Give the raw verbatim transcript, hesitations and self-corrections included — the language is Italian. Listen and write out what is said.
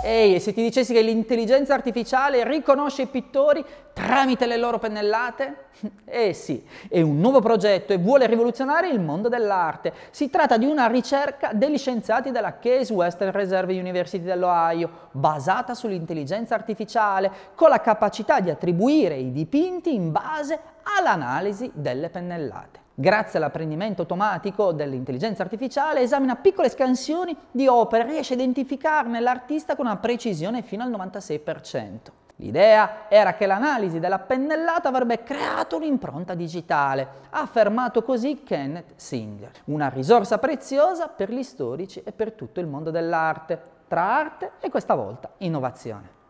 Ehi, e se ti dicessi che l'intelligenza artificiale riconosce i pittori tramite le loro pennellate? Eh sì, è un nuovo progetto e vuole rivoluzionare il mondo dell'arte. Si tratta di una ricerca degli scienziati della Case Western Reserve University dell'Ohio, basata sull'intelligenza artificiale, con la capacità di attribuire i dipinti in base all'analisi delle pennellate. Grazie all'apprendimento automatico dell'intelligenza artificiale, esamina piccole scansioni di opere e riesce a identificarne l'artista con una precisione fino al novantasei per cento. L'idea era che l'analisi della pennellata avrebbe creato un'impronta digitale, ha affermato così Kenneth Singer, una risorsa preziosa per gli storici e per tutto il mondo dell'arte, tra arte e questa volta innovazione.